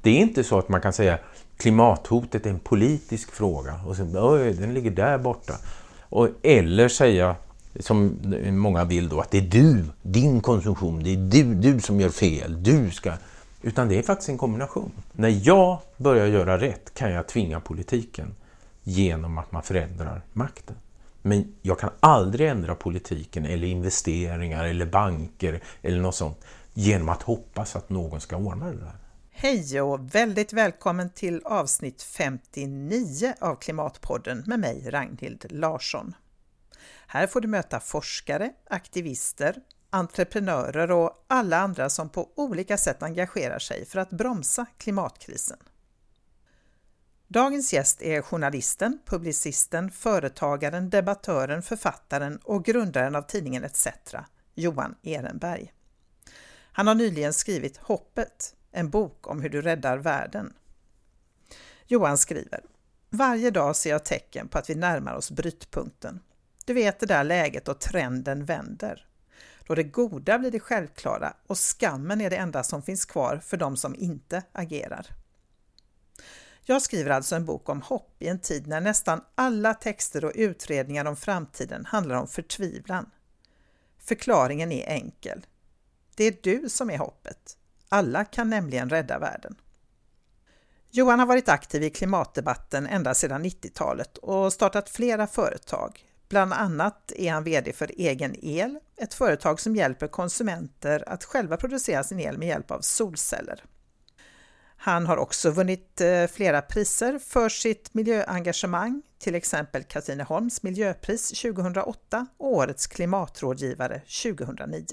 Det är inte så att man kan säga klimathotet är en politisk fråga och sen, den ligger där borta. Eller säga, som många vill då, att det är din konsumtion, det är du som gör fel, du ska... Utan det är faktiskt en kombination. När jag börjar göra rätt kan jag tvinga politiken genom att man förändrar makten. Men jag kan aldrig ändra politiken eller investeringar eller banker eller något sånt genom att hoppas att någon ska ordna det där. Hej och väldigt välkommen till avsnitt 59 av Klimatpodden med mig, Ragnhild Larsson. Här får du möta forskare, aktivister, entreprenörer och alla andra som på olika sätt engagerar sig för att bromsa klimatkrisen. Dagens gäst är journalisten, publicisten, företagaren, debattören, författaren och grundaren av tidningen ETC, Johan Ehrenberg. Han har nyligen skrivit Hoppet, en bok om hur du räddar världen. Johan skriver: varje dag ser jag tecken på att vi närmar oss brytpunkten. Du vet det där läget och trenden vänder. Då det goda blir det självklara och skammen är det enda som finns kvar för de som inte agerar. Jag skriver alltså en bok om hopp i en tid när nästan alla texter och utredningar om framtiden handlar om förtvivlan. Förklaringen är enkel. Det är du som är hoppet. Alla kan nämligen rädda världen. Johan har varit aktiv i klimatdebatten ända sedan 90-talet och startat flera företag. Bland annat är han vd för Egen El, ett företag som hjälper konsumenter att själva producera sin el med hjälp av solceller. Han har också vunnit flera priser för sitt miljöengagemang, till exempel Katrineholms miljöpris 2008 och årets klimatrådgivare 2009.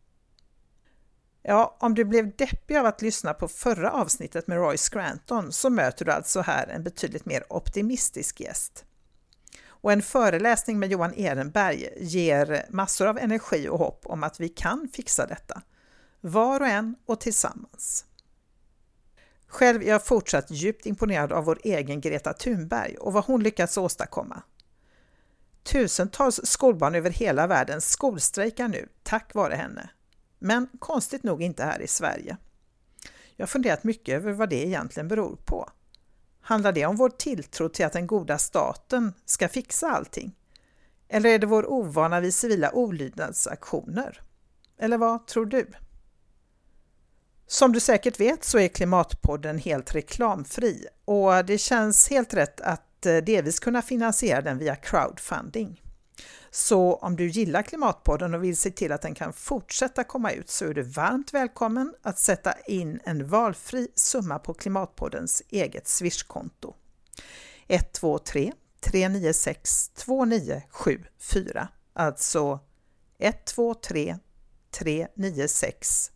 Ja, om du blev deppig av att lyssna på förra avsnittet med Roy Scranton så möter du alltså här en betydligt mer optimistisk gäst. Och en föreläsning med Johan Ehrenberg ger massor av energi och hopp om att vi kan fixa detta. Var och en och tillsammans. Själv är jag fortsatt djupt imponerad av vår egen Greta Thunberg och vad hon lyckats åstadkomma. Tusentals skolbarn över hela världen skolstrejkar nu tack vare henne. Men konstigt nog inte här i Sverige. Jag har funderat mycket över vad det egentligen beror på. Handlar det om vår tilltro till att den goda staten ska fixa allting? Eller är det vår ovana vid civila olydnadsaktioner? Eller vad tror du? Som du säkert vet så är Klimatpodden helt reklamfri och det känns helt rätt att delvis kunna finansiera den via crowdfunding. Så om du gillar Klimatpodden och vill se till att den kan fortsätta komma ut så är du varmt välkommen att sätta in en valfri summa på Klimatpoddens eget Swish-konto. 123 396 2974, alltså 123 396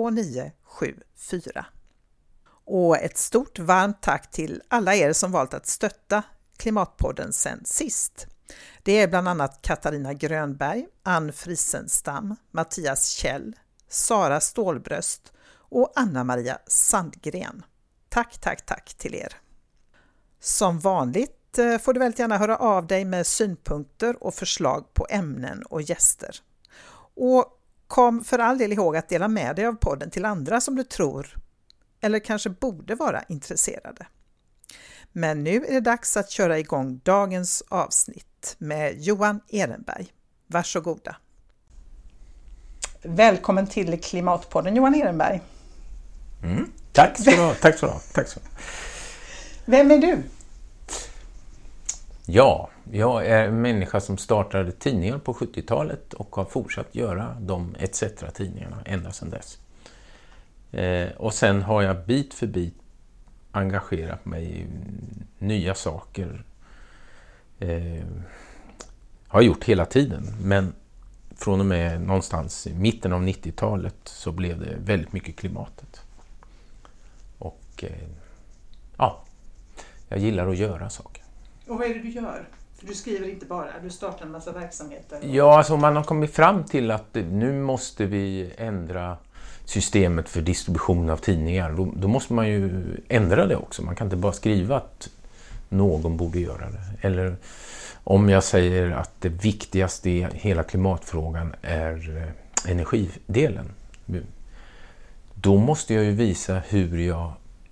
2974. Och ett stort varmt tack till alla er som valt att stötta Klimatpodden sen sist. Det är bland annat Katarina Grönberg, Ann Friesenstam, Mattias Kjell, Sara Stålbröst och Anna-Maria Sandgren. Tack till er. Som vanligt får du väldigt gärna höra av dig med synpunkter och förslag på ämnen och gäster. Och kom för all del ihåg att dela med dig av podden till andra som du tror eller kanske borde vara intresserade. Men nu är det dags att köra igång dagens avsnitt med Johan Ehrenberg. Varsågoda. Välkommen till Klimatpodden, Johan Ehrenberg. Tack så du ha. Vem är du? Ja, jag är en människa som startade tidningar på 70-talet och har fortsatt göra de ETC-tidningarna ända sedan dess. Och sen har jag bit för bit engagerat mig i nya saker. Har gjort hela tiden, men från och med någonstans i mitten av 90-talet så blev det väldigt mycket klimatet. Och jag gillar att göra saker. Och vad är det du gör? För du skriver inte bara, du startar en massa verksamheter. Ja, alltså man har kommit fram till att nu måste vi ändra systemet för distribution av tidningar. Då måste man ju ändra det också. Man kan inte bara skriva att någon borde göra det. Eller om jag säger att det viktigaste i hela klimatfrågan är energidelen. Då måste jag ju visa hur jag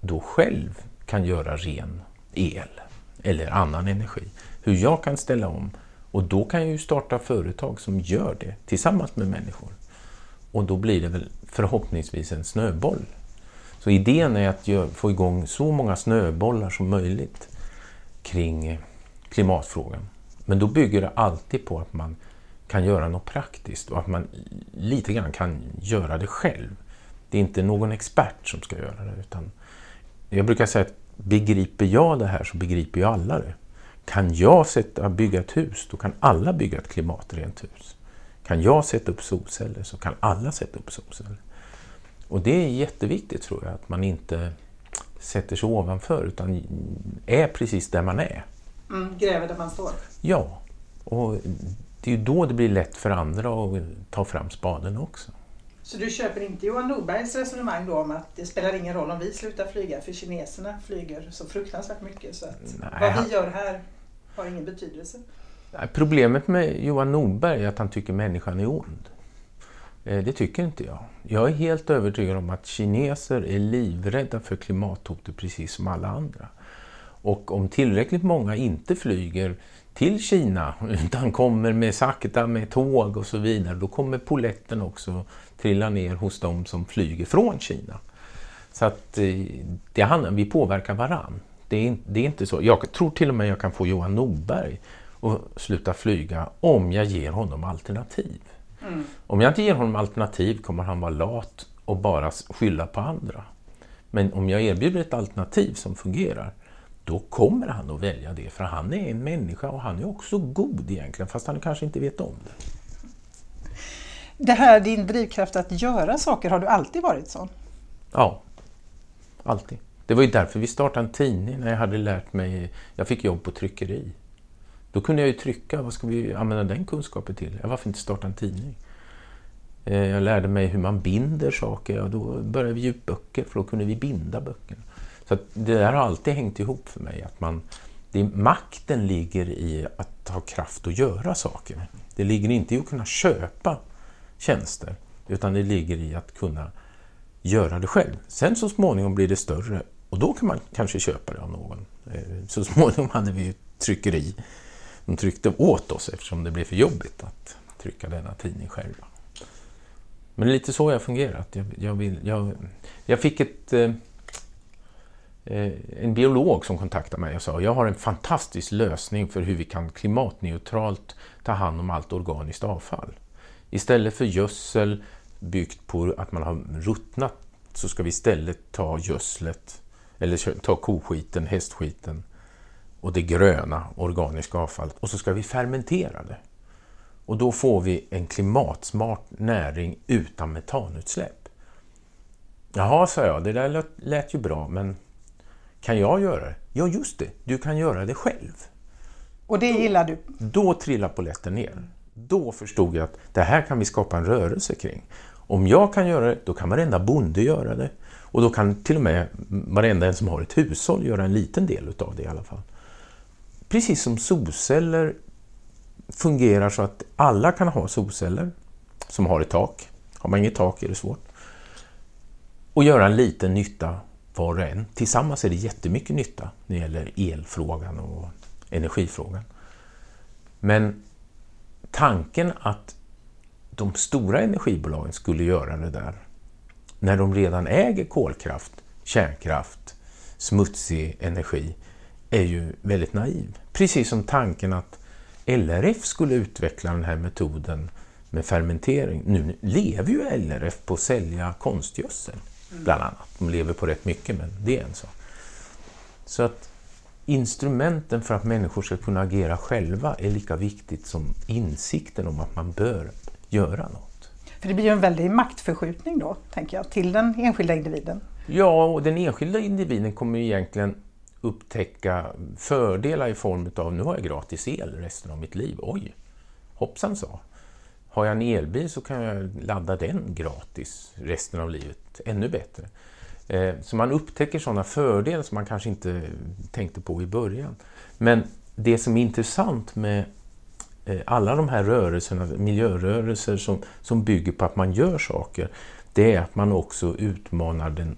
då själv kan göra ren el eller annan energi. Hur jag kan ställa om. Och då kan jag ju starta företag som gör det tillsammans med människor. Och då blir det väl förhoppningsvis en snöboll. Så idén är att få igång så många snöbollar som möjligt kring klimatfrågan. Men då bygger det alltid på att man kan göra något praktiskt och att man lite grann kan göra det själv. Det är inte någon expert som ska göra det, utan jag brukar säga att begriper jag det här så begriper ju alla det. Kan jag bygga ett hus, då kan alla bygga ett klimatrent hus. Kan jag sätta upp solceller så kan alla sätta upp solceller. Och det är jätteviktigt, tror jag, att man inte sätter sig ovanför utan är precis där man är. Gräver där man står. Ja, och det är ju då det blir lätt för andra att ta fram spaden också. Så du köper inte Johan Norbergs resonemang då om att det spelar ingen roll om vi slutar flyga, för kineserna flyger så fruktansvärt mycket så att vad vi gör här har ingen betydelse? Problemet med Johan Norberg är att han tycker människan är ond. Det tycker inte jag. Jag är helt övertygad om att kineser är livrädda för klimathotet precis som alla andra. Och om tillräckligt många inte flyger till Kina utan kommer med sakta med tåg och så vidare, då kommer poletten också trilla ner hos dem som flyger från Kina. Så att vi påverkar varann. Det är inte så. Jag tror till och med jag kan få Johan Norberg att sluta flyga om jag ger honom alternativ. Om jag inte ger honom alternativ kommer han vara lat och bara skylla på andra. Men om jag erbjuder ett alternativ som fungerar, då kommer han att välja det. För han är en människa och han är också god egentligen, fast han kanske inte vet om det. Det här, din drivkraft att göra saker, har du alltid varit sån? Ja, alltid. Det var ju därför vi startade en tidning när jag hade lärt mig, jag fick jobb på tryckeri. Då kunde jag ju trycka, vad ska vi använda den kunskapen till? Varför inte starta en tidning? Jag lärde mig hur man binder saker och då började vi ge ut böcker, för då kunde vi binda böcker. Så att det där har alltid hängt ihop för mig. Att makten ligger i att ha kraft att göra saker. Det ligger inte i att kunna köpa tjänster, utan det ligger i att kunna göra det själv. Sen så småningom blir det större och då kan man kanske köpa det av någon. Så småningom hade vi ju tryckeri. De tryckte åt oss eftersom det blev för jobbigt att trycka denna tidning själva. Men det är lite så jag har fungerat. Jag fick en biolog som kontaktade mig och sa: jag har en fantastisk lösning för hur vi kan klimatneutralt ta hand om allt organiskt avfall. Istället för gödsel byggt på att man har ruttnat, så ska vi istället ta gödslet eller ta koskiten, hästskiten och det gröna organiska avfallet, och så ska vi fermentera det. Och då får vi en klimatsmart näring utan metanutsläpp. Jaha, sa jag, det där lät ju bra, men kan jag göra det? Ja, just det, du kan göra det själv. Och det gillar du? Då trillar polletten ner. Då förstod jag att det här kan vi skapa en rörelse kring. Om jag kan göra det, då kan varenda bonde göra det. Och då kan till och med varenda en som har ett hushåll göra en liten del av det i alla fall. Precis som solceller fungerar så att alla kan ha solceller som har ett tak. Har man inget tak är det svårt. Och göra en liten nytta var och en. Tillsammans är det jättemycket nytta när det gäller elfrågan och energifrågan. Men tanken att de stora energibolagen skulle göra det där när de redan äger kolkraft, kärnkraft, smutsig energi är ju väldigt naiv. Precis som tanken att LRF skulle utveckla den här metoden med fermentering. Nu lever ju LRF på att sälja konstgödsel bland annat. De lever på rätt mycket, men det är en sak. Så att instrumenten för att människor ska kunna agera själva är lika viktigt som insikten om att man bör göra något. För det blir ju en väldig maktförskjutning då, tänker jag, till den enskilda individen. Ja, och den enskilda individen kommer ju egentligen upptäcka fördelar i form av: nu har jag gratis el resten av mitt liv. Oj, hoppsan så. Har jag en elbil så kan jag ladda den gratis resten av livet. Ännu bättre. Så man upptäcker sådana fördelar som man kanske inte tänkte på i början. Men det som är intressant med alla de här rörelserna, miljörörelser som bygger på att man gör saker, det är att man också utmanar den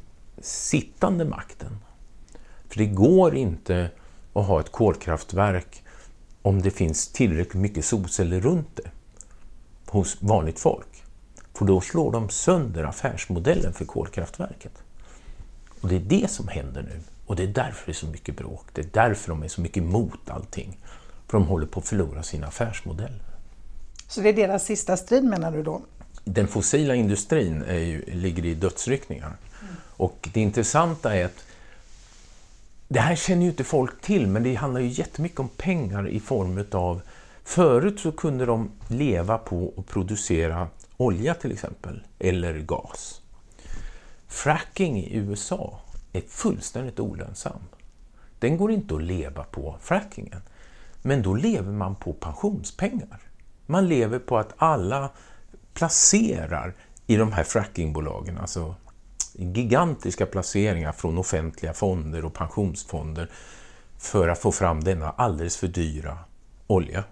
sittande makten. För det går inte att ha ett kolkraftverk om det finns tillräckligt mycket solceller runt det hos vanligt folk. För då slår de sönder affärsmodellen för kolkraftverket. Och det är det som händer nu. Och det är därför det är så mycket bråk. Det är därför de är så mycket emot allting. För de håller på att förlora sina affärsmodeller. Så det är deras sista strid, menar du då? Den fossila industrin ligger i dödsryckningar. Och det intressanta är att det här känner ju inte folk till, men det handlar ju jättemycket om pengar i form av... Förut så kunde de leva på att producera olja till exempel, eller gas. Fracking i USA är fullständigt olönsam. Den går inte att leva på, frackingen. Men då lever man på pensionspengar. Man lever på att alla placerar i de här frackingbolagen, alltså gigantiska placeringar från offentliga fonder och pensionsfonder för att få fram denna alldeles för dyra olja.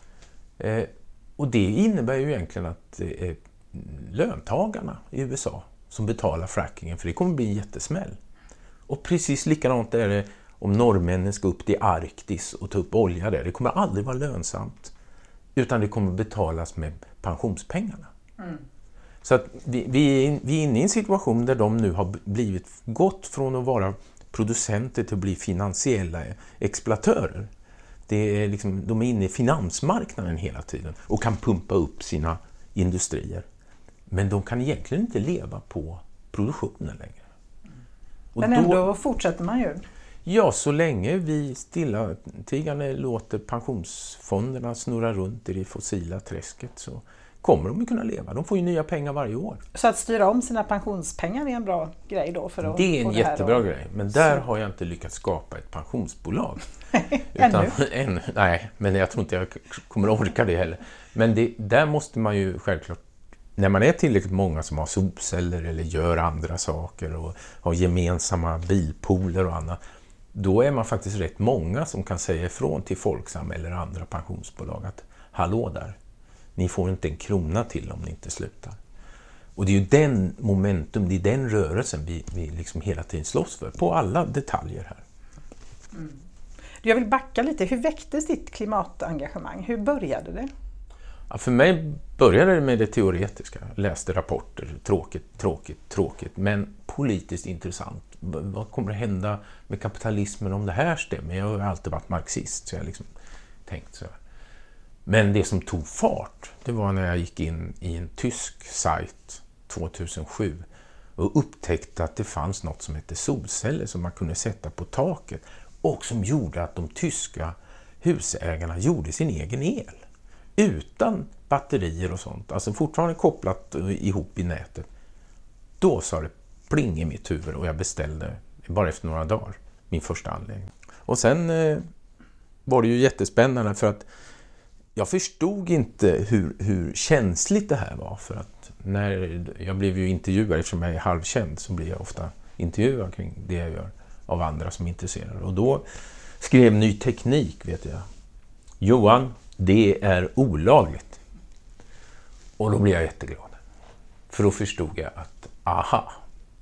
Och det innebär ju egentligen att det är löntagarna i USA som betalar frackingen, för det kommer bli en jättesmäll. Och precis likadant är det om norrmännen ska upp till Arktis och ta upp olja där. Det kommer aldrig vara lönsamt, utan det kommer betalas med pensionspengarna. Så att vi är inne i en situation där de nu har gått från att vara producenter till att bli finansiella exploatörer. Det är liksom, de är inne i finansmarknaden hela tiden och kan pumpa upp sina industrier. Men de kan egentligen inte leva på produktionen längre. Och men ändå fortsätter man ju. Ja, så länge vi stillatigande låter pensionsfonderna snurra runt i det fossila träsket så kommer de ju kunna leva. De får ju nya pengar varje år. Så att styra om sina pensionspengar är en bra grej då? För att det är en jättebra grej, men där har jag inte lyckats skapa ett pensionsbolag. Ännu? Nej, men jag tror inte jag kommer att orka det heller. Men där måste man ju självklart, när man är tillräckligt många som har solceller eller gör andra saker och har gemensamma bilpooler och annat, då är man faktiskt rätt många som kan säga ifrån till Folksam eller andra pensionsbolag att hallå där, ni får inte en krona till om ni inte slutar. Och det är ju den momentum, det är den rörelsen vi liksom hela tiden slåss för, på alla detaljer här. Jag vill backa lite. Hur väcktes ditt klimatengagemang? Hur började det? Ja, för mig började det med det teoretiska. Jag läste rapporter, tråkigt, men politiskt intressant. Vad kommer att hända med kapitalismen om det här stämmer? Jag har alltid varit marxist, så jag har liksom tänkt så här. Men det som tog fart, det var när jag gick in i en tysk sajt 2007 och upptäckte att det fanns något som hette solceller som man kunde sätta på taket och som gjorde att de tyska husägarna gjorde sin egen el. Utan batterier och sånt, alltså fortfarande kopplat ihop i nätet. Då sa det pling i mitt huvud och jag beställde bara efter några dagar min första anläggning. Och sen var det ju jättespännande för att jag förstod inte hur känsligt det här var, för att när jag blev ju intervjuad, eftersom jag är halvkänd så blir jag ofta intervjuad kring det jag gör av andra som är intresserade. Och då skrev Ny Teknik, vet jag. Johan, det är olagligt. Och då blev jag jätteglad. För då förstod jag att, aha,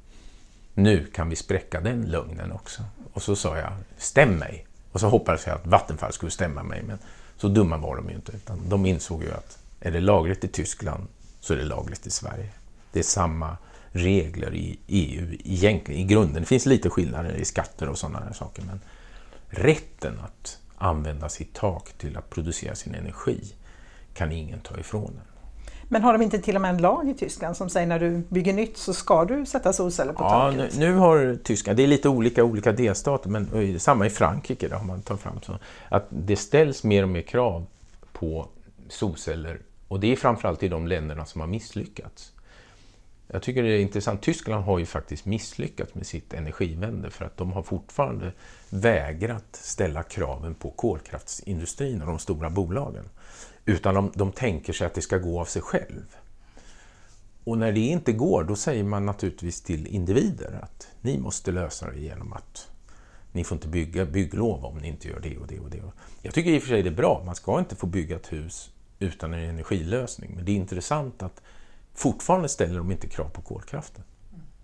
nu kan vi spräcka den lögnen också. Och så sa jag, stäm mig. Och så hoppades jag att Vattenfall skulle stämma mig, men så dumma var de ju inte. Utan de insåg ju att är det lagligt i Tyskland så är det lagligt i Sverige. Det är samma regler i EU egentligen, i grunden. Det finns lite skillnader i skatter och sådana här saker, men rätten att använda sitt tak till att producera sin energi kan ingen ta ifrån den. Men har de inte till och med en lag i Tyskland som säger när du bygger nytt så ska du sätta solceller på taket? Ja, nu har Tyskland, det är lite olika delstater, men samma i Frankrike där har man tagit fram så att det ställs mer och mer krav på solceller, och det är framförallt i de länderna som har misslyckats. Jag tycker det är intressant. Tyskland har ju faktiskt misslyckats med sitt energivände för att de har fortfarande vägrat ställa kraven på kolkraftsindustrin och de stora bolagen. Utan de tänker sig att det ska gå av sig själv. Och när det inte går, då säger man naturligtvis till individer att ni måste lösa det genom att ni får inte bygga bygglov om ni inte gör det och det och det. Jag tycker i och för sig det är bra. Man ska inte få bygga ett hus utan en energilösning. Men det är intressant att fortfarande ställer de inte krav på kolkraften.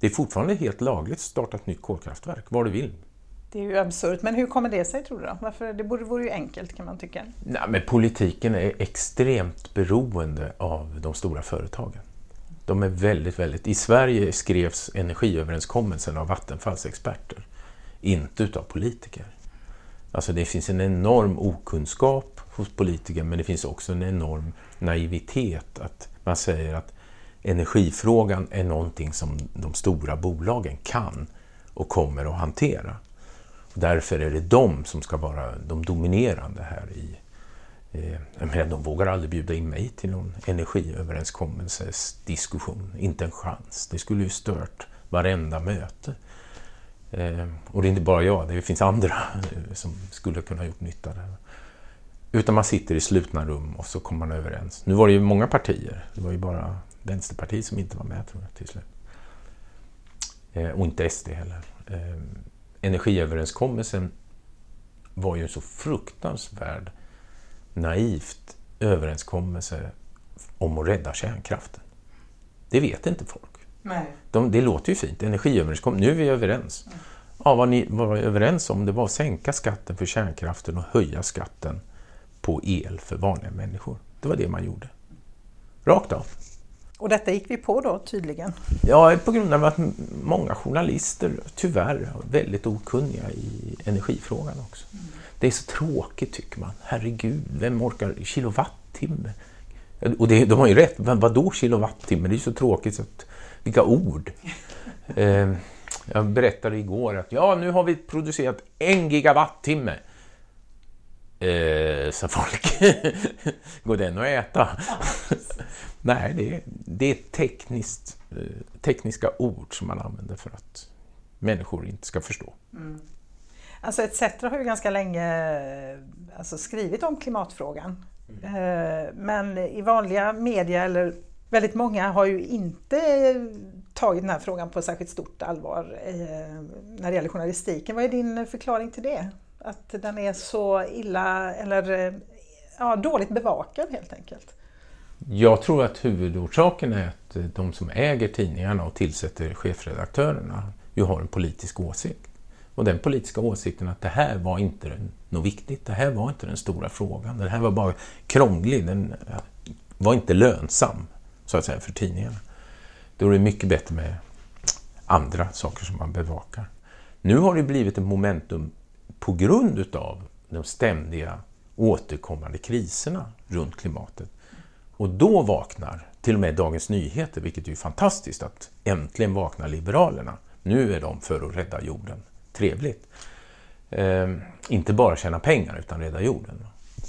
Det är fortfarande helt lagligt att starta ett nytt kolkraftverk, var du vill. Det är ju absurt, men hur kommer det sig tror du då? Varför? Det vore ju enkelt kan man tycka. Nej, men politiken är extremt beroende av de stora företagen. De är väldigt... I Sverige skrevs energiöverenskommelsen av Vattenfalls experter, inte utav politiker. Alltså det finns en enorm okunskap hos politiker, men det finns också en enorm naivitet att man säger att energifrågan är någonting som de stora bolagen kan och kommer att hantera. Därför är det de som ska vara de dominerande här i. De vågar aldrig bjuda in mig till någon energiöverenskommelses diskussion. Inte en chans. Det skulle ju stört varenda möte. Och det är inte bara jag, det finns andra som skulle kunna gjort nytta där. Utan man sitter i slutna rum och så kommer man överens. Nu var det ju många partier. Det var ju bara Vänsterpartiet som inte var med tror jag till slut. Och inte SD heller. Energiöverenskommelsen var ju en så fruktansvärd naivt överenskommelse om att rädda kärnkraften. Det vet inte folk. Nej. Det låter ju fint. Energiöverenskommelse, nu är vi överens. Ja, vad ni var överens om det var att sänka skatten för kärnkraften och höja skatten på el för vanliga människor. Det var det man gjorde. Rakt av. Och detta gick vi på då tydligen? Ja, på grund av att många journalister tyvärr är väldigt okunniga i energifrågan också. Det är så tråkigt tycker man. Herregud, vem orkar kilowattimme? Och de har ju rätt, men vadå kilowattimme? Det är ju så tråkigt. Vilka ord. Jag berättade igår att nu har vi producerat 1 gigawattimme. Så folk går den att äta. Nej, det är tekniska ord som man använder för att människor inte ska förstå. Alltså ETC har ju ganska länge skrivit om klimatfrågan. Men i vanliga media eller väldigt många har ju inte tagit den här frågan på särskilt stort allvar när det gäller journalistiken. Vad är din förklaring till det? Att den är så illa eller dåligt bevakad helt enkelt? Jag tror att huvudorsaken är att de som äger tidningarna och tillsätter chefredaktörerna ju har en politisk åsikt. Och den politiska åsikten att det här var inte något viktigt, det här var inte den stora frågan, det här var bara krånglig, den var inte lönsam så att säga för tidningarna. Då är det mycket bättre med andra saker som man bevakar. Nu har det blivit ett momentum på grund av de ständiga återkommande kriserna runt klimatet. Och då vaknar till och med Dagens Nyheter, vilket är ju fantastiskt att äntligen vaknar liberalerna. Nu är de för att rädda jorden. Trevligt. Inte bara tjäna pengar utan rädda jorden.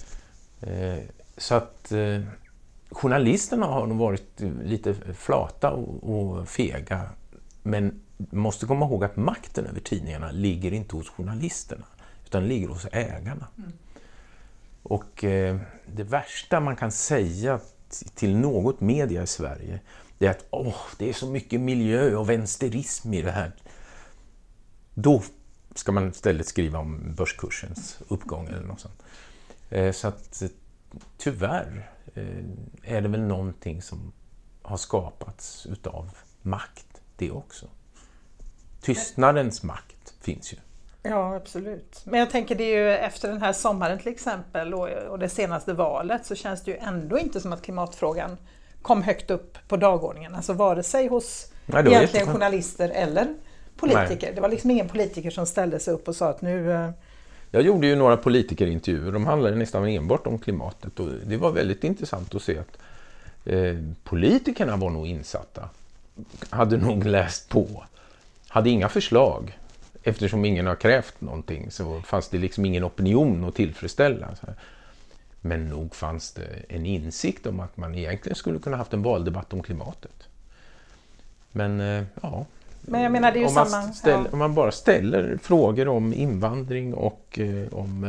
Så att journalisterna har nog varit lite flata och fega. Men måste komma ihåg att makten över tidningarna ligger inte hos journalisterna utan ligger hos ägarna. Och det värsta man kan säga till något media i Sverige det är att det är så mycket miljö och vänsterism i det här. Då ska man istället skriva om börskursens uppgång eller något sånt. Så att tyvärr är det väl någonting som har skapats utav makt det också. Tystnadens makt finns ju. Ja, absolut. Men jag tänker det är ju efter den här sommaren till exempel och det senaste valet så känns det ju ändå inte som att klimatfrågan kom högt upp på dagordningen. Alltså vare sig hos egentligen journalister eller politiker. Nej. Det var liksom ingen politiker som ställde sig upp och sa att nu... Jag gjorde ju några politikerintervjuer. De handlade nästan enbart om klimatet. Och det var väldigt intressant att se att politikerna var nog insatta. Hade nog läst på. Hade inga förslag. Eftersom ingen har krävt någonting så fanns det liksom ingen opinion att tillfredsställa. Men nog fanns det en insikt om att man egentligen skulle kunna haft en valdebatt om klimatet. Men ja... Men jag menar det är ju om man bara ställer frågor om invandring och om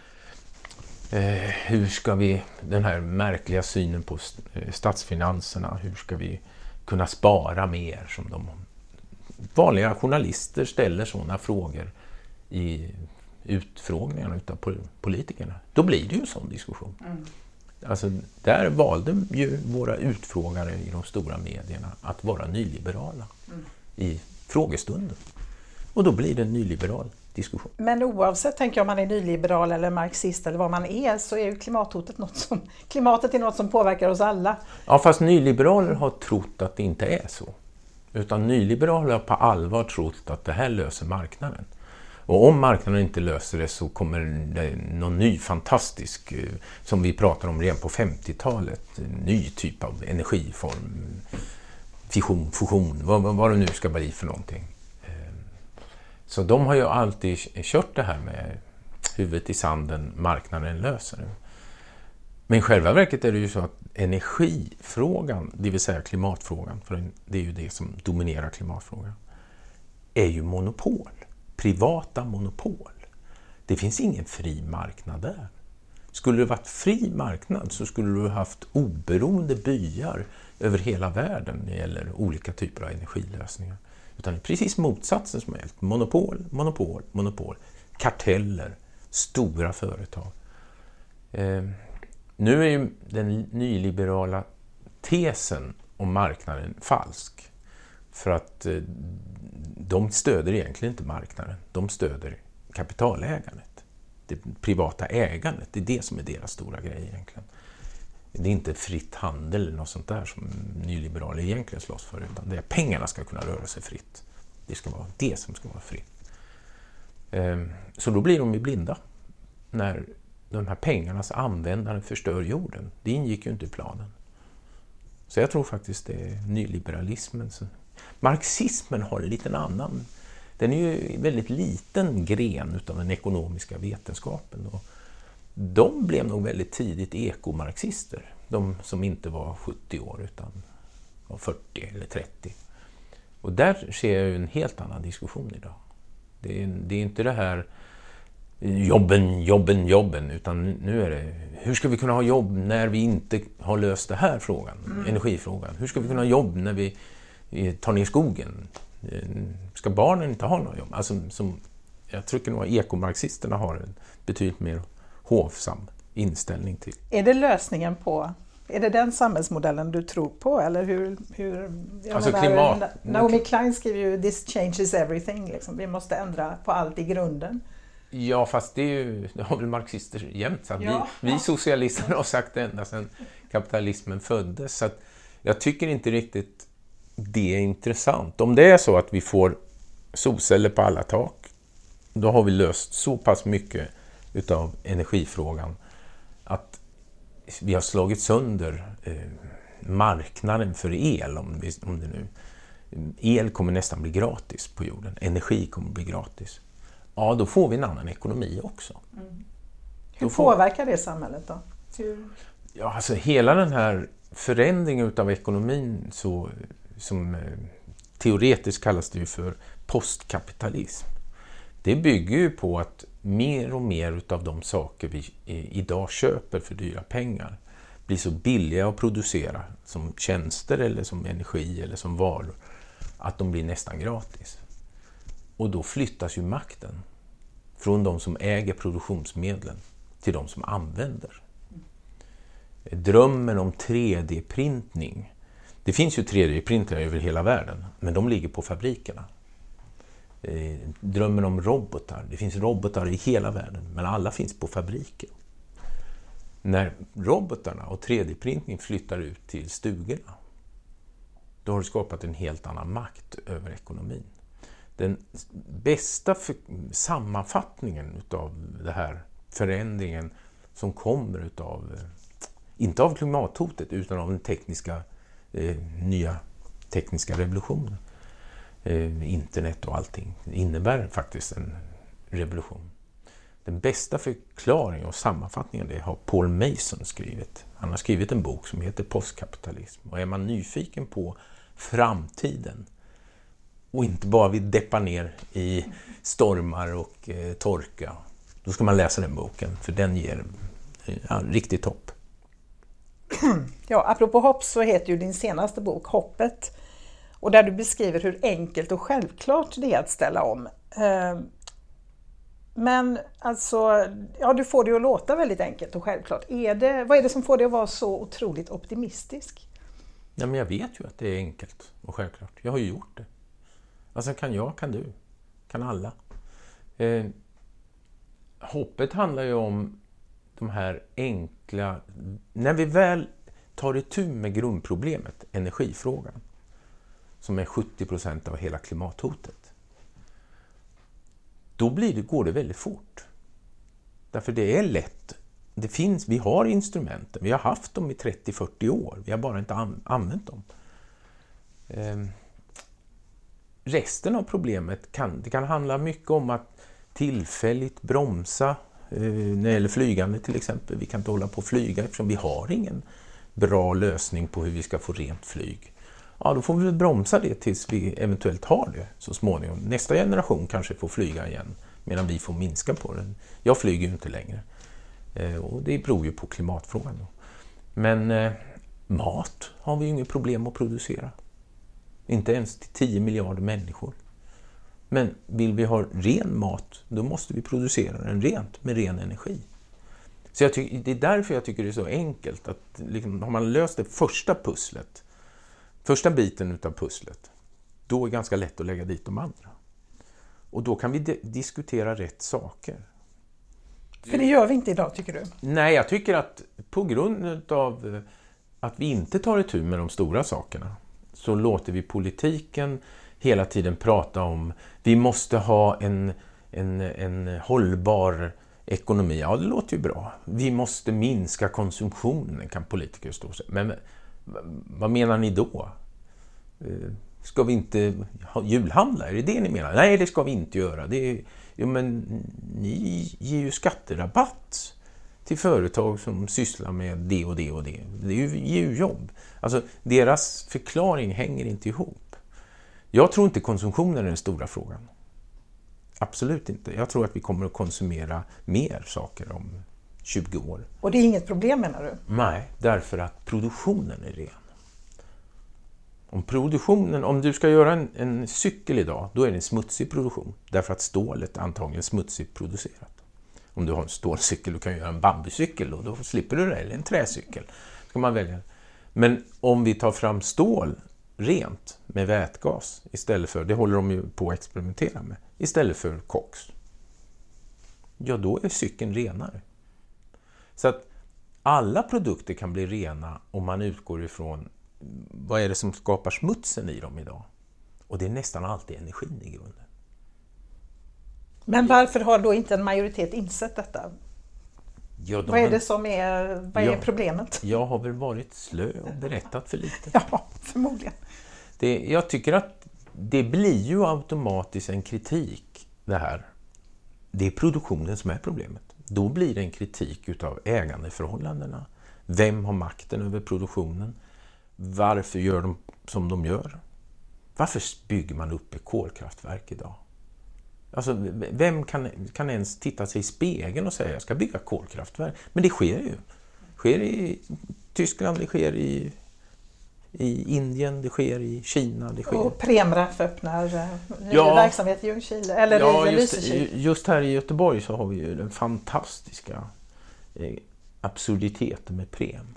hur ska vi, den här märkliga synen på statsfinanserna, hur ska vi kunna spara mer som de vanliga journalister ställer sådana frågor i utfrågningarna utav politikerna. Då blir det ju en sån diskussion. Alltså, där valde ju våra utfrågare i de stora medierna att vara nyliberala i frågestunden. Och då blir det en nyliberal diskussion. Men oavsett, tänker jag, om man är nyliberal eller marxist eller vad man är, så är ju klimatet är något som påverkar oss alla. Ja, fast nyliberaler har trott att det inte är så. Utan nyliberaler har på allvar trott att det här löser marknaden. Och om marknaden inte löser det så kommer det någon ny fantastisk, som vi pratar om redan på 50-talet, ny typ av energiform, fission, fusion, vad det nu ska bli för någonting. Så de har ju alltid kört det här med huvudet i sanden, marknaden löser det. Men i själva verket är det ju så att energifrågan, det vill säga klimatfrågan, för det är ju det som dominerar klimatfrågan, är ju monopol. Privata monopol. Det finns ingen fri marknad där. Skulle det varit fri marknad så skulle du haft oberoende byar över hela världen när det gäller olika typer av energilösningar. Utan det är precis motsatsen som är helt. Monopol, monopol, monopol. Karteller, stora företag. Nu är ju den nyliberala tesen om marknaden falsk. För att de stöder egentligen inte marknaden. De stöder kapitalägandet. Det privata ägandet, det är det som är deras stora grej egentligen. Det är inte fritt handel eller något sånt där som nyliberaler egentligen slåss för, utan det är pengarna ska kunna röra sig fritt. Det ska vara det som ska vara fritt. Så då blir de ju blinda när de här pengarnas användare förstör jorden. Det ingick ju inte i planen. Så jag tror faktiskt det är nyliberalismen. Marxismen har en liten annan. Den är ju en väldigt liten gren utav den ekonomiska vetenskapen. Och de blev nog väldigt tidigt ekomarxister. De som inte var 70 år utan var 40 eller 30. Och där ser jag ju en helt annan diskussion idag. Det är inte det här jobben, utan nu är det hur ska vi kunna ha jobb när vi inte har löst det här frågan, energifrågan. Hur ska vi kunna ha jobb när vi tar ner skogen? Ska barnen inte ha något jobb? Alltså, jag tycker nog att ekomarxisterna har en betydligt mer hovsam inställning till. Är det lösningen på, är det den samhällsmodellen du tror på? Eller hur alltså klimat... Naomi Klein skriver ju "This changes everything", liksom. Vi måste ändra på allt i grunden. Ja, fast det har väl marxister jämt. Vi socialister har sagt det ända sedan kapitalismen föddes. Så att jag tycker inte riktigt det är intressant. Om det är så att vi får solceller på alla tak, då har vi löst så pass mycket utav energifrågan att vi har slagit sönder marknaden för el. Om det nu. El kommer nästan bli gratis på jorden. Energi kommer bli gratis. Ja, då får vi en annan ekonomi också. Hur påverkar det samhället då? Ja, alltså hela den här förändringen av ekonomin som teoretiskt kallas det ju för postkapitalism. Det bygger ju på att mer och mer utav de saker vi idag köper för dyra pengar blir så billiga att producera som tjänster eller som energi eller som varor att de blir nästan gratis. Och då flyttas ju makten från de som äger produktionsmedlen till de som använder. Drömmen om 3D-printning. Det finns ju 3D-printare över hela världen, men de ligger på fabrikerna. Drömmen om robotar. Det finns robotar i hela världen, men alla finns på fabriker. När robotarna och 3D-printning flyttar ut till stugorna, då har det skapat en helt annan makt över ekonomin. Den bästa sammanfattningen av det här förändringen som kommer utav, inte av klimathotet utan av den nya tekniska revolutionen. Internet och allting innebär faktiskt en revolution. Den bästa förklaringen och sammanfattningen det har Paul Mason skrivit. Han har skrivit en bok som heter Postkapitalism. Och är man nyfiken på framtiden och inte bara vill deppa ner i stormar och torka, då ska man läsa den boken, för den ger riktigt hopp. Ja, apropå hopp så heter ju din senaste bok Hoppet, och där du beskriver hur enkelt och självklart det är att ställa om. Men alltså, ja, du får det att låta väldigt enkelt och självklart. Vad är det som får dig att vara så otroligt optimistisk? Ja, men jag vet ju att det är enkelt och självklart. Jag har ju gjort det. Alltså kan jag, kan du, kan alla. Hoppet handlar ju om de här enkla... När vi väl tar itu med grundproblemet, energifrågan, som är 70% av hela klimathotet, då går det väldigt fort. Därför det är lätt. Vi har instrumenten, vi har haft dem i 30-40 år, vi har bara inte använt dem. Resten av problemet kan handla mycket om att tillfälligt bromsa när det gäller flygande till exempel. Vi kan inte hålla på att flyga eftersom vi har ingen bra lösning på hur vi ska få rent flyg. Ja, då får vi bromsa det tills vi eventuellt har det så småningom. Nästa generation kanske får flyga igen medan vi får minska på den. Jag flyger ju inte längre. Och det beror ju på klimatfrågan då. Men mat har vi ju inget problem att producera. Inte ens till 10 miljarder människor. Men vill vi ha ren mat, då måste vi producera den rent med ren energi. Så det är därför jag tycker det är så enkelt att liksom, har man löst det första biten utav pusslet, då är det ganska lätt att lägga dit de andra. Och då kan vi diskutera rätt saker. För det gör vi inte idag, tycker du? Nej, jag tycker att på grund av att vi inte tar itu med de stora sakerna, så låter vi politiken hela tiden prata om vi måste ha en hållbar ekonomi. Ja, det låter ju bra. Vi måste minska konsumtionen, kan politiker stå sig. Men vad menar ni då? Ska vi inte ha julhandla? Är det det ni menar? Nej, det ska vi inte göra. Men ni ger ju skatterabatt till företag som sysslar med det och det och det. Det ger ju jobb. Alltså, deras förklaring hänger inte ihop. Jag tror inte konsumtionen är den stora frågan. Absolut inte. Jag tror att vi kommer att konsumera mer saker om 20 år. Och det är inget problem, menar du? Nej, därför att produktionen är ren. Om du ska göra en cykel idag, då är det en smutsig produktion. Därför att stålet är antagligen smutsigt producerat. Om du har en stålcykel, du kan göra en bambucykel och då slipper du det, eller en träcykel. Ska man välja. Men om vi tar fram stål rent med vätgas istället för, det håller de ju på att experimentera med, istället för koks, ja då är cykeln renare. Så att alla produkter kan bli rena om man utgår ifrån vad är det som skapar smutsen i dem idag. Och det är nästan alltid energin i grunden. Men varför har då inte en majoritet insett detta? Ja, vad är problemet? Jag har väl varit slö och berättat för lite. Ja, förmodligen. Jag tycker att det blir ju automatiskt en kritik det här. Det är produktionen som är problemet. Då blir det en kritik utav ägandeförhållandena. Vem har makten över produktionen? Varför gör de som de gör? Varför bygger man upp ett kolkraftverk idag? Alltså, vem kan ens titta sig i spegeln och säga jag ska bygga kolkraftverk? Men det sker ju. Det sker i Tyskland, det sker i Indien, det sker i Kina. Det sker. Och Premraff öppnar ny verksamhet i Ljungskile, eller i Lysekil. Just här i Göteborg så har vi ju den fantastiska absurditeten med Prem.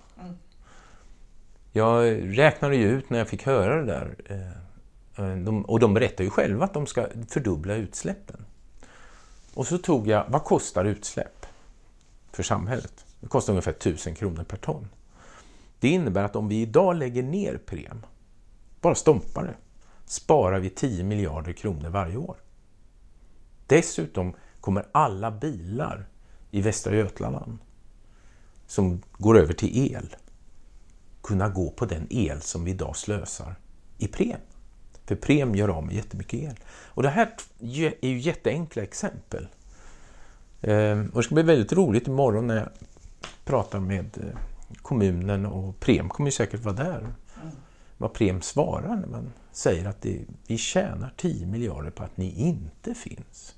Jag räknade ju ut när jag fick höra det där. Och de berättar ju själva att de ska fördubbla utsläppen. Och så tog jag, vad kostar utsläpp för samhället? Det kostar ungefär 1000 kronor per ton. Det innebär att om vi idag lägger ner Prem, bara stompar det, sparar vi 10 miljarder kronor varje år. Dessutom kommer alla bilar i Västra Götaland som går över till el kunna gå på den el som vi idag slösar i Prem. För Prem gör av med jättemycket el. Och det här är ju jätteenkla exempel. Och det ska bli väldigt roligt imorgon när jag pratar med kommunen, och Prem kommer ju säkert vara där. Vad Prem svarar när man säger att vi tjänar 10 miljarder på att ni inte finns.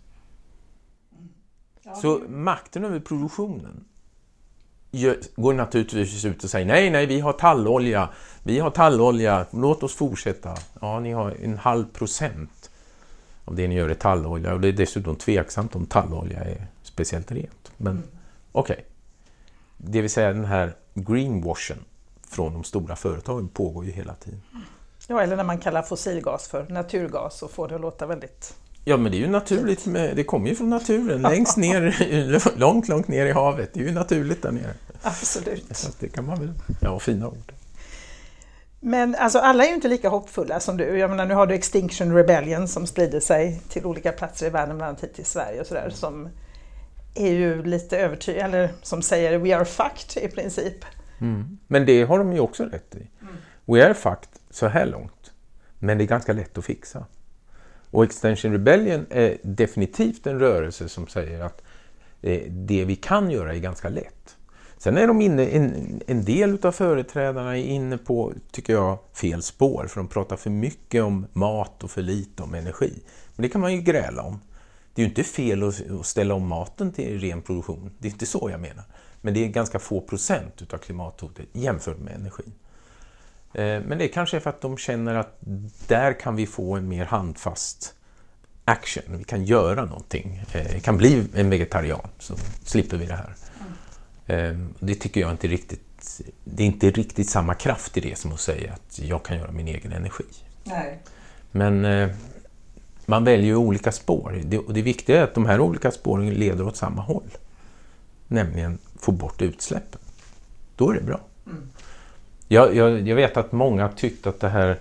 Så makten över produktionen går naturligtvis ut och säger nej, vi har tallolja, låt oss fortsätta. Ja, ni har 0,5% av det ni gör är tallolja, och det är dessutom tveksamt om tallolja är speciellt rent. Men okej. Det vill säga den här greenwashen från de stora företagen pågår ju hela tiden. Ja, eller när man kallar fossilgas för naturgas och får det att låta väldigt... Ja, men det är ju naturligt, det kommer ju från naturen, längst ner, långt ner i havet. Det är ju naturligt där nere. Absolut. Så det kan man väl, ja, fina ord. Men alltså, alla är ju inte lika hoppfulla som du. Jag menar, nu har du Extinction Rebellion som sprider sig till olika platser i världen, bland annat hit till Sverige och sådär, som är ju lite övertygade, eller som säger we are fucked i princip. Mm. Men det har de ju också rätt i. We are fucked så här långt, men det är ganska lätt att fixa. Och Extinction Rebellion är definitivt en rörelse som säger att det vi kan göra är ganska lätt. Sen är de inne, en del av företrädarna är inne på, tycker jag, fel spår. För de pratar för mycket om mat och för lite om energi. Men det kan man ju gräla om. Det är ju inte fel att ställa om maten till ren produktion. Det är inte så jag menar. Men det är ganska få procent av klimathotet jämfört med energin. Men det kanske är för att de känner att där kan vi få en mer handfast action. Vi kan göra någonting. Vi kan bli en vegetarian, så slipper vi det här. Det tycker jag inte riktigt. Det är inte riktigt samma kraft i det som att säga att jag kan göra min egen energi. Nej. Men man väljer ju olika spår. Och det viktiga är att de här olika spåren leder åt samma håll. Nämligen få bort utsläppen. Då är det bra. Mm. Jag vet att många tyckte att det här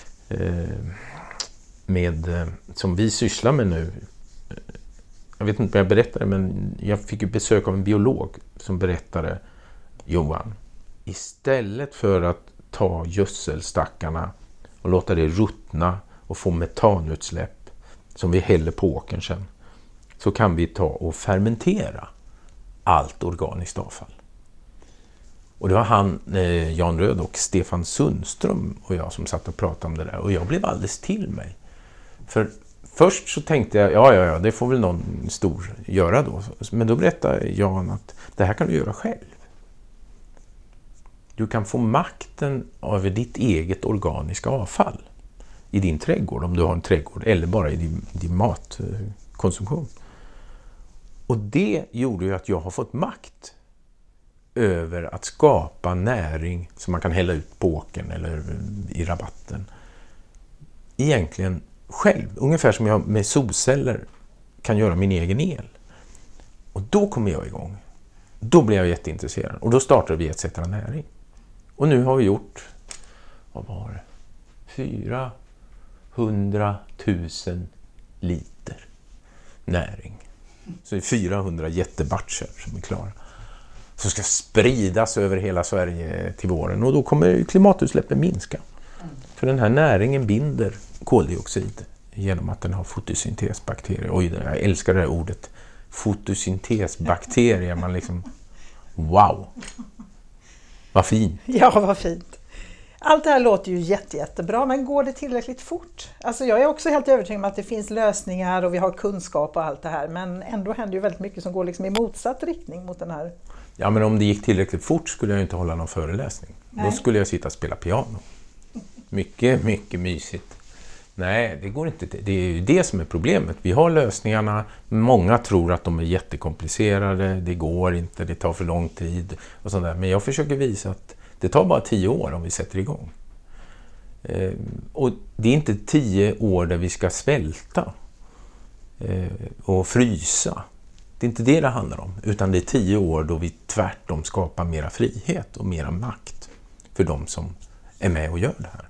som vi sysslar med nu, jag vet inte vad jag berättade, men jag fick ju besök av en biolog som berättade, Johan, istället för att ta gödselstackarna och låta det ruttna och få metanutsläpp som vi häller på åkern sen, så kan vi ta och fermentera allt organiskt avfall. Och det var han, Jan Röd och Stefan Sundström och jag som satt och pratade om det där. Och jag blev alldeles till mig. För först så tänkte jag, ja, det får väl någon stor göra då. Men då berättade Jan att det här kan du göra själv. Du kan få makten över ditt eget organiska avfall i din trädgård, om du har en trädgård, eller bara i din matkonsumtion. Och det gjorde ju att jag har fått makt över att skapa näring som man kan hälla ut på åkern eller i rabatten. Egentligen själv, ungefär som jag med solceller kan göra min egen el. Och då kommer jag igång. Då blir jag jätteintresserad. Och då startar vi ett sätt näring. Och nu har vi gjort, vad var det? 400 000 liter näring. Så det är 400 jättebatcher som är klara. Som ska spridas över hela Sverige till våren. Och då kommer klimatutsläppen minska. För den här näringen binder koldioxid genom att den har fotosyntesbakterier. Oj, jag älskar det här ordet. Fotosyntesbakterier. Man liksom, wow. Vad fint. Ja, vad fint. Allt det här låter ju jättebra, men går det tillräckligt fort? Alltså jag är också helt övertygad om att det finns lösningar och vi har kunskap och allt det här. Men ändå händer ju väldigt mycket som går liksom i motsatt riktning mot den här. Ja, men om det gick tillräckligt fort skulle jag inte hålla någon föreläsning. Nej. Då skulle jag sitta och spela piano. Mycket, mycket mysigt. Nej, det går inte. Det är ju det som är problemet. Vi har lösningarna. Många tror att de är jättekomplicerade. Det går inte, det tar för lång tid. Och sånt där. Men jag försöker visa att det tar bara 10 år om vi sätter igång. Och det är inte 10 år där vi ska svälta och frysa. Det är inte det handlar om. Utan det är 10 år då vi tvärtom skapar mera frihet och mera makt för de som är med och gör det här.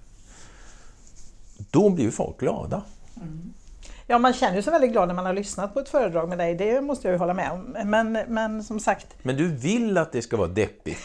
Då blir ju folk glada. Mm. Ja, man känner ju sig väldigt glad när man har lyssnat på ett föredrag med dig. Det måste jag ju hålla med om. Men som sagt... Men du vill att det ska vara deppigt.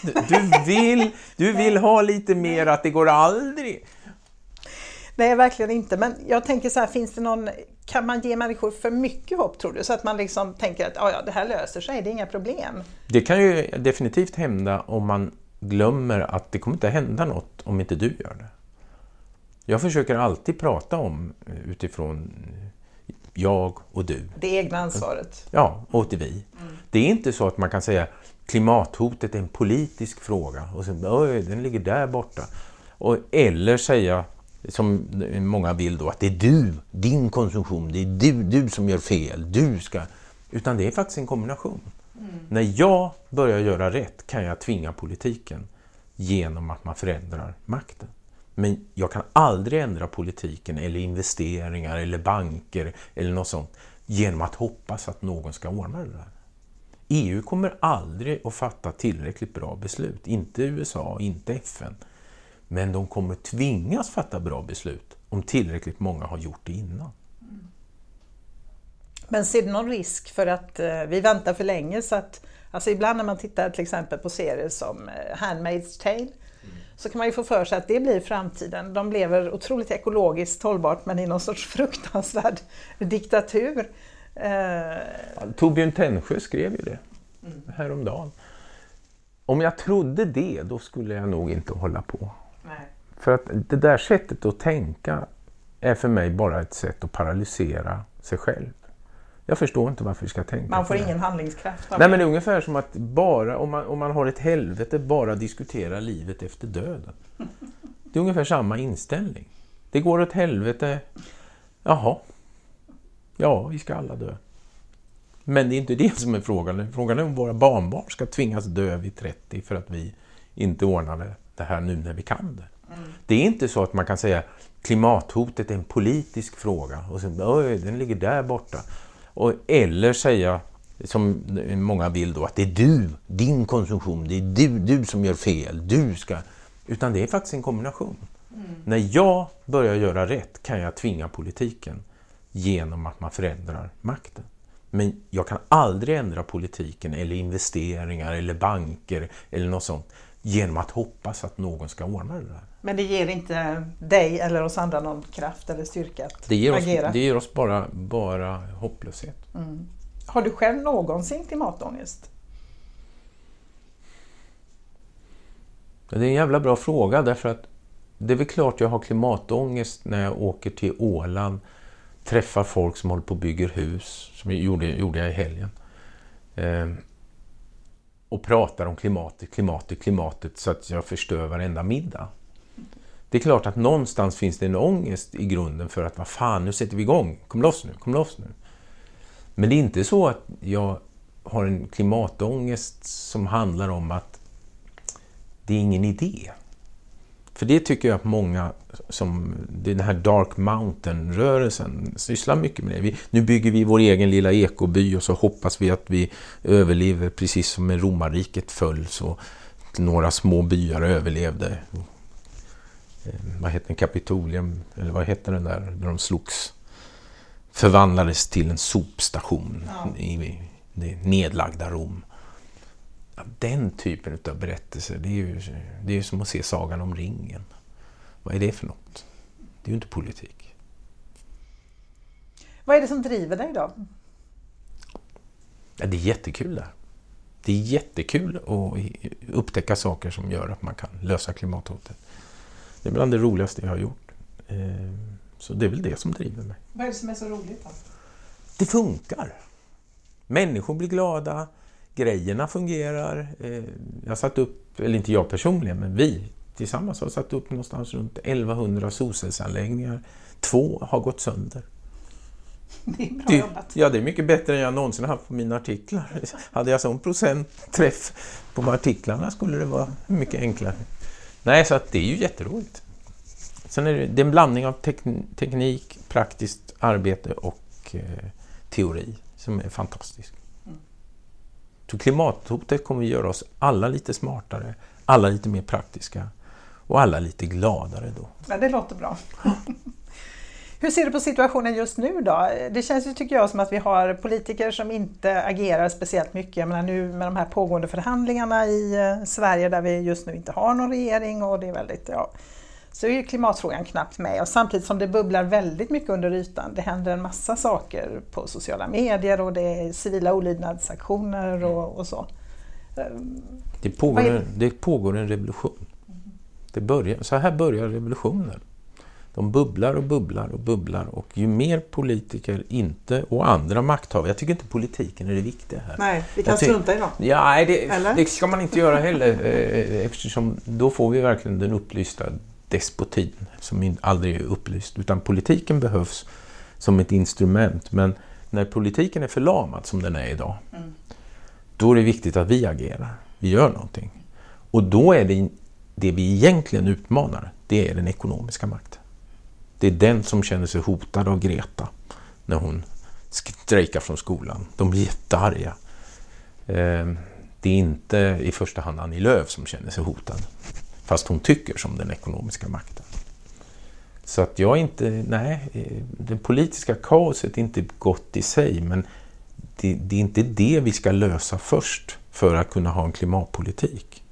Du vill ha lite mer att det går aldrig. Nej, verkligen inte. Men jag tänker så här, finns det någon... Kan man ge människor för mycket hopp, tror du? Så att man liksom tänker att ja, det här löser sig, det är inga problem. Det kan ju definitivt hända om man glömmer att det kommer inte hända något om inte du gör det. Jag försöker alltid prata om utifrån jag och du. Det egna ansvaret. Ja, och till vi. Mm. Det är inte så att man kan säga klimathotet är en politisk fråga och sen, den ligger där borta. Eller säga, som många vill då, att det är din konsumtion, det är du som gör fel, du ska... Utan det är faktiskt en kombination. Mm. När jag börjar göra rätt kan jag tvinga politiken genom att man förändrar makten. Men jag kan aldrig ändra politiken eller investeringar eller banker eller något sånt genom att hoppas att någon ska ordna det där. EU kommer aldrig att fatta tillräckligt bra beslut. Inte USA, inte FN. Men de kommer tvingas fatta bra beslut om tillräckligt många har gjort det innan. Men ser du någon risk för att vi väntar för länge? Så att, alltså ibland när man tittar till exempel på serier som Handmaid's Tale så kan man ju få för sig att det blir framtiden. De lever otroligt ekologiskt hållbart men i någon sorts fruktansvärd diktatur. Torbjörn Tännsjö skrev ju det häromdagen. Om jag trodde det, då skulle jag nog inte hålla på. Nej. För att det där sättet att tänka är för mig bara ett sätt att paralysera sig själv. Jag förstår inte varför vi ska tänka. Man får ingen handlingskraft. Nej, men det är ungefär som att bara om man har ett helvete bara diskutera livet efter döden. Det är ungefär samma inställning. Det går åt helvete. Jaha. Ja, vi ska alla dö. Men det är inte det som är frågan. Frågan är om våra barnbarn ska tvingas dö vid 30 för att vi inte ordnade det här nu när vi kan det. Det är inte så att man kan säga klimathotet är en politisk fråga och sen, den ligger där borta. Eller säga, som många vill då, att det är din konsumtion, det är du som gör fel, du ska. Utan det är faktiskt en kombination. När jag börjar göra rätt kan jag tvinga politiken genom att man förändrar makten. Men jag kan aldrig ändra politiken eller investeringar eller banker eller något sånt genom att hoppas att någon ska ordna det där. Men det ger inte dig eller oss andra någon kraft eller styrka att agera? Det ger oss bara hopplöshet. Har du själv någonsin klimatångest? Det är en jävla bra fråga därför att det är väl klart jag har klimatångest när jag åker till Åland, träffar folk som håller på och bygger hus, som gjorde jag i helgen. Och pratar om klimatet så att jag förstör varenda middag. Det är klart att någonstans finns det en ångest i grunden för att vad fan, nu sätter vi igång, kom loss nu. Men det är inte så att jag har en klimatångest som handlar om att det är ingen idé. För det tycker jag att många som den här Dark Mountain-rörelsen sysslar mycket med det. Nu bygger vi vår egen lilla ekoby och så hoppas vi att vi överlever precis som när romarriket föll så några små byar överlevde. Vad heter den? Kapitolium, eller vad heter den där de slogs? Förvandlades till en sopstation i det nedlagda Rom. Ja, den typen av berättelser, det är ju som att se Sagan om ringen. Vad är det för något? Det är ju inte politik. Vad är det som driver dig då? Ja, det är jättekul där. Det är jättekul att upptäcka saker som gör att man kan lösa klimathotet. Det är bland det roligaste jag har gjort. Så det är väl det som driver mig. Vad är det som är så roligt då? Det funkar. Människor blir glada. Grejerna fungerar. Jag satt upp, eller inte jag personligen, men vi tillsammans har satt upp någonstans runt 1100 solcellsanläggningar. 2 har gått sönder. Det är bra jobbat. Ja, det är mycket bättre än jag någonsin haft på mina artiklar. Hade jag sån procentträff på artiklarna skulle det vara mycket enklare. Nej, så att det är ju jätteroligt. Sen är det en blandning av teknik, praktiskt arbete och teori som är fantastisk. Så klimathotet kommer att göra oss alla lite smartare, alla lite mer praktiska och alla lite gladare då. Ja, det låter bra. Hur ser du på situationen just nu då? Det känns ju, tycker jag, som att vi har politiker som inte agerar speciellt mycket. Jag menar, nu med de här pågående förhandlingarna i Sverige där vi just nu inte har någon regering och det är väldigt, så är ju klimatfrågan knappt med. Och samtidigt som det bubblar väldigt mycket under ytan, det händer en massa saker på sociala medier och det är civila olydnadsaktioner och så. Det pågår en revolution. Så här börjar revolutioner. De bubblar och bubblar och bubblar och ju mer politiker inte och andra makthavare. Jag tycker inte politiken är det viktiga här. Nej, vi kan strunta i dem. Ja, det ska man inte göra heller eftersom då får vi verkligen den upplysta despotin som aldrig är upplyst. Utan politiken behövs som ett instrument. Men när politiken är förlamad som den är idag då är det viktigt att vi agerar. Vi gör någonting. Och då är det vi egentligen utmanar. det är den ekonomiska makten. Det är den som känner sig hotad av Greta när hon strejkar från skolan. De blir jättearga. Det är inte i första hand Annie Lööf som känner sig hotad. Fast hon tycker som den ekonomiska makten. Så att det politiska kaoset är inte gott i sig, men det är inte det vi ska lösa först för att kunna ha en klimatpolitik.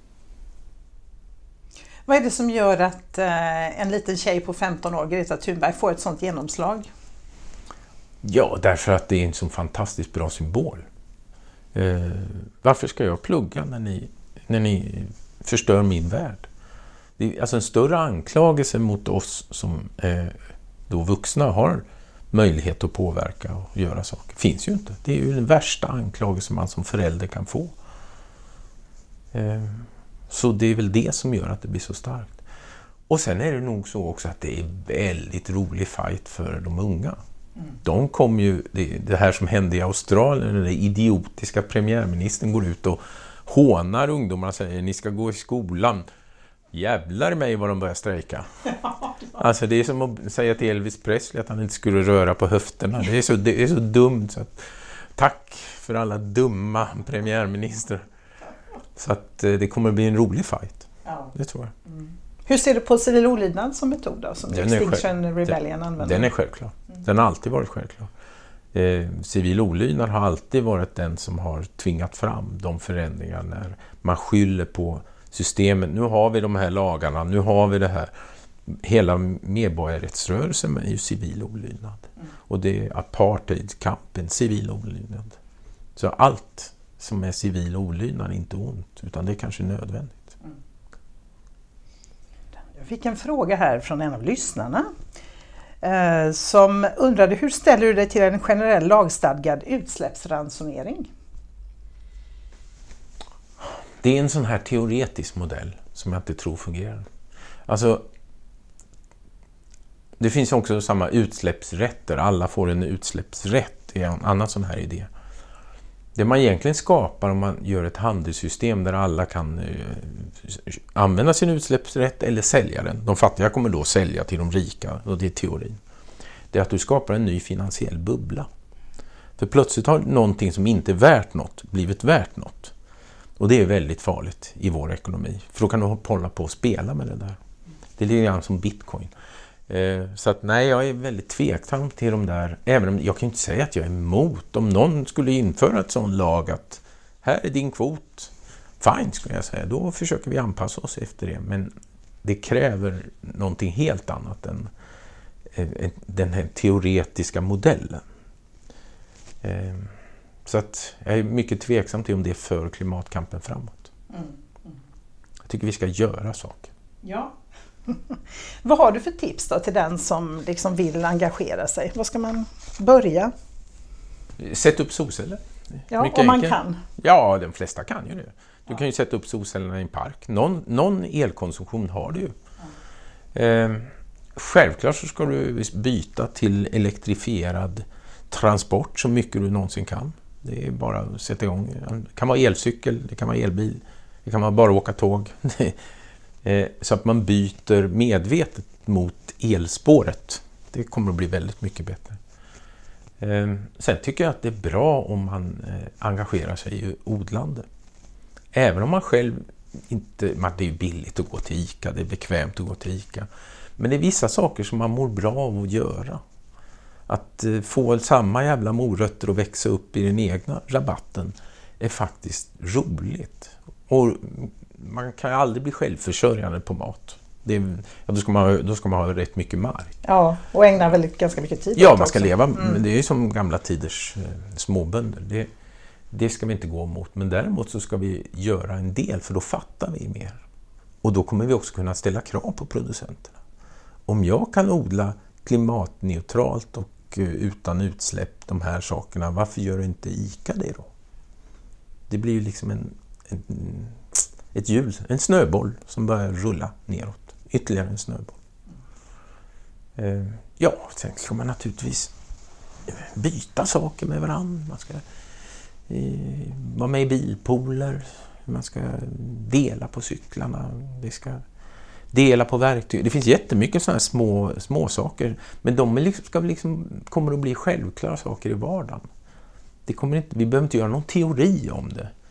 Vad är det som gör att en liten tjej på 15 år, Greta Thunberg, får ett sånt genomslag? Ja, därför att det är en så fantastiskt bra symbol. Varför ska jag plugga när ni förstör min värld? Det är alltså en större anklagelse mot oss som då vuxna har möjlighet att påverka och göra saker. Finns ju inte. Det är ju den värsta anklagelse man som förälder kan få. Så det är väl det som gör att det blir så starkt. Och sen är det nog så också att det är väldigt rolig fight för de unga. De kom ju, det här som hände i Australien, den idiotiska premiärministern går ut och hånar ungdomarna och säger ni ska gå i skolan. Jävlar mig vad de börjar strejka. Alltså det är som att säga till Elvis Presley att han inte skulle röra på höfterna. Det är så dumt. Så att, tack för alla dumma premiärminister. Så att det kommer att bli en rolig fight. Ja. Det tror jag. Mm. Hur ser du på civil olydnad som metod då, som Extinction Rebellion använder? Den är självklar. Den har alltid varit självklar. Civil olydnad har alltid varit den som har tvingat fram de förändringar när man skyller på systemet. Nu har vi de här lagarna, nu har vi det här. Hela medborgarrättsrörelsen är ju civil olydnad. Och det är apartheidkampen, civil olydnad. Så allt som är civil olydnad är inte ont, utan det är kanske nödvändigt. Jag fick en fråga här från en av lyssnarna som undrade hur ställer du dig till en generell lagstadgad utsläppsransonering? Det är en sån här teoretisk modell som jag inte tror fungerar. Alltså, det finns också samma utsläppsrätter. Alla får en utsläppsrätt. Det är en annan sån här idé. Det man egentligen skapar om man gör ett handelssystem där alla kan använda sin utsläppsrätt eller sälja den. De fattiga kommer då sälja till de rika, och det är teorin. Det är att du skapar en ny finansiell bubbla. För plötsligt har någonting som inte är värt något blivit värt något. Och det är väldigt farligt i vår ekonomi. För då kan du hålla på och spela med det där. Det är lite grann som bitcoin. Så att nej, jag är väldigt tveksam till de där. Även om jag kan inte säga att jag är emot. Om någon skulle införa ett sån lag att här är din kvot. Fine, skulle jag säga. Då försöker vi anpassa oss efter det. Men det kräver någonting helt annat än den här teoretiska modellen. Så att jag är mycket tveksam till om det är för klimatkampen framåt. Jag tycker vi ska göra saker. Ja. Vad har du för tips då till den som liksom vill engagera sig? Vad ska man börja? Sätt upp solceller. Ja, mycket om man kan. Ja, de flesta kan ju det. Du kan ju sätta upp solcellerna i en park. Någon elkonsumtion har du ju. Självklart så ska du byta till elektrifierad transport så mycket du någonsin kan. Det är bara att sätta igång. Det kan vara elcykel, det kan vara elbil, det kan vara bara åka tåg. Så att man byter medvetet mot elspåret. Det kommer att bli väldigt mycket bättre. Sen tycker jag att det är bra om man engagerar sig i odlande. Även om man själv inte... Det är ju billigt att gå till ICA, det är bekvämt att gå till ICA. Men det är vissa saker som man mår bra av att göra. Att få samma jävla morötter och växa upp i den egna rabatten är faktiskt roligt. Och man kan ju aldrig bli självförsörjande på mat. Då ska man ha rätt mycket mark. Ja, och ägna ganska mycket tid. Ja, man ska leva. Men det är ju som gamla tiders småbönder. Det ska vi inte gå emot. Men däremot så ska vi göra en del, för då fattar vi mer. Och då kommer vi också kunna ställa krav på producenterna. Om jag kan odla klimatneutralt och utan utsläpp de här sakerna, varför gör inte ICA det då? Det blir ju liksom ett hjul, en snöboll som börjar rulla neråt. Ytterligare en snöboll. Ja, sen ska man naturligtvis byta saker med varandra. Man ska vara med i bilpooler. Man ska dela på cyklarna. Dela på verktyg. Det finns jättemycket sådana här små saker. Men de är kommer att bli självklara saker i vardagen. Vi behöver inte göra någon teori om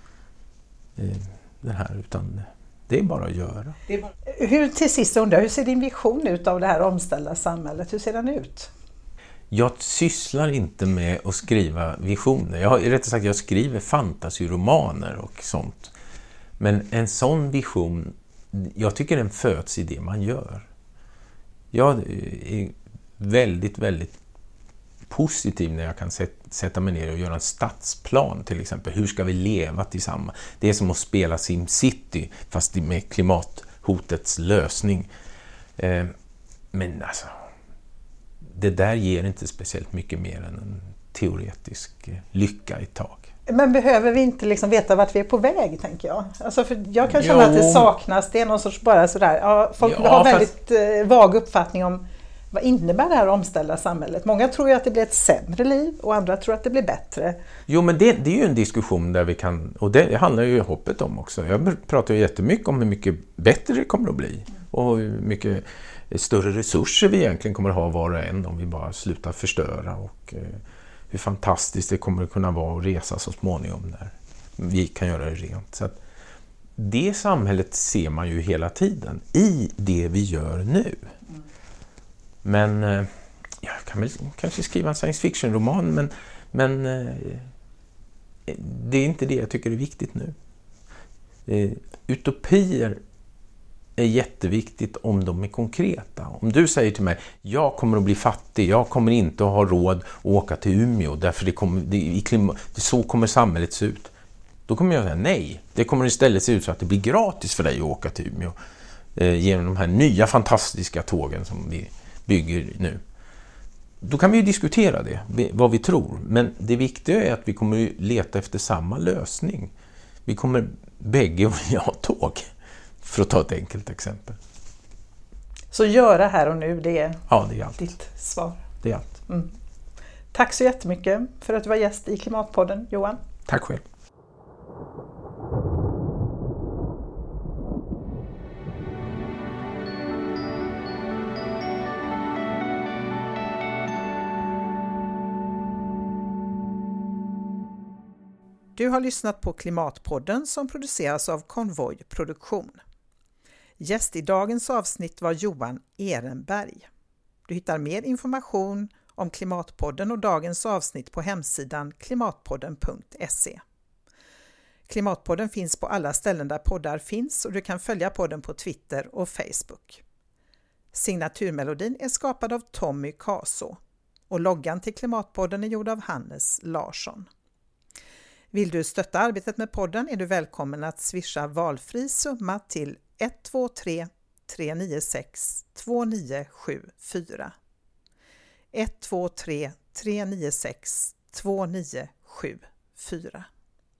det här, utan det är bara att göra. Till sist undrar, hur ser din vision ut av det här omställda samhället? Hur ser den ut? Jag sysslar inte med att skriva visioner. Jag skriver fantasyromaner och sånt. Men en sån vision, jag tycker den föds i det man gör. Jag är väldigt, väldigt positiv när jag kan sätta mig ner och göra en stadsplan till exempel. Hur ska vi leva tillsammans? Det är som att spela SimCity fast med klimathotets lösning. Men alltså, det där ger inte speciellt mycket mer än en teoretisk lycka i tag. Men behöver vi inte veta vart vi är på väg, tänker jag? Alltså, för jag kan känna att det saknas. Det är någon sorts bara sådär. Ja, folk har väldigt vag uppfattning om vad innebär det här omställda samhället. Många tror ju att det blir ett sämre liv och andra tror att det blir bättre. Jo, men det är ju en diskussion där vi kan, och det handlar ju hoppet om också. Jag pratar ju jättemycket om hur mycket bättre det kommer att bli och hur mycket större resurser vi egentligen kommer att ha var och en om vi bara slutar förstöra, och hur fantastiskt det kommer att kunna vara att resa så småningom när vi kan göra det rent. Så att det samhället ser man ju hela tiden i det vi gör nu. Men jag kan väl kanske skriva en science fiction-roman, men det är inte det jag tycker är viktigt nu. Utopier är jätteviktigt om de är konkreta. Om du säger till mig, jag kommer att bli fattig, jag kommer inte att ha råd att åka till Umeå därför så kommer samhället se ut. Då kommer jag säga nej. Det kommer istället se ut så att det blir gratis för dig att åka till Umeå genom de här nya fantastiska tågen som vi bygger nu. Då kan vi ju diskutera det, vad vi tror. Men det viktiga är att vi kommer leta efter samma lösning. Vi kommer bägge vilja ha tåg, för att ta ett enkelt exempel. Så göra här och nu, det är allt. Ditt svar. Det är allt. Mm. Tack så jättemycket för att du var gäst i Klimatpodden, Johan. Tack själv. Du har lyssnat på Klimatpodden som produceras av Konvoj Produktion. Gäst i dagens avsnitt var Johan Ehrenberg. Du hittar mer information om Klimatpodden och dagens avsnitt på hemsidan klimatpodden.se. Klimatpodden finns på alla ställen där poddar finns och du kan följa podden på Twitter och Facebook. Signaturmelodin är skapad av Tommy Kaso och loggan till Klimatpodden är gjord av Hannes Larsson. Vill du stötta arbetet med podden är du välkommen att swisha valfri summa till 123 396 2974. 123 396 2974.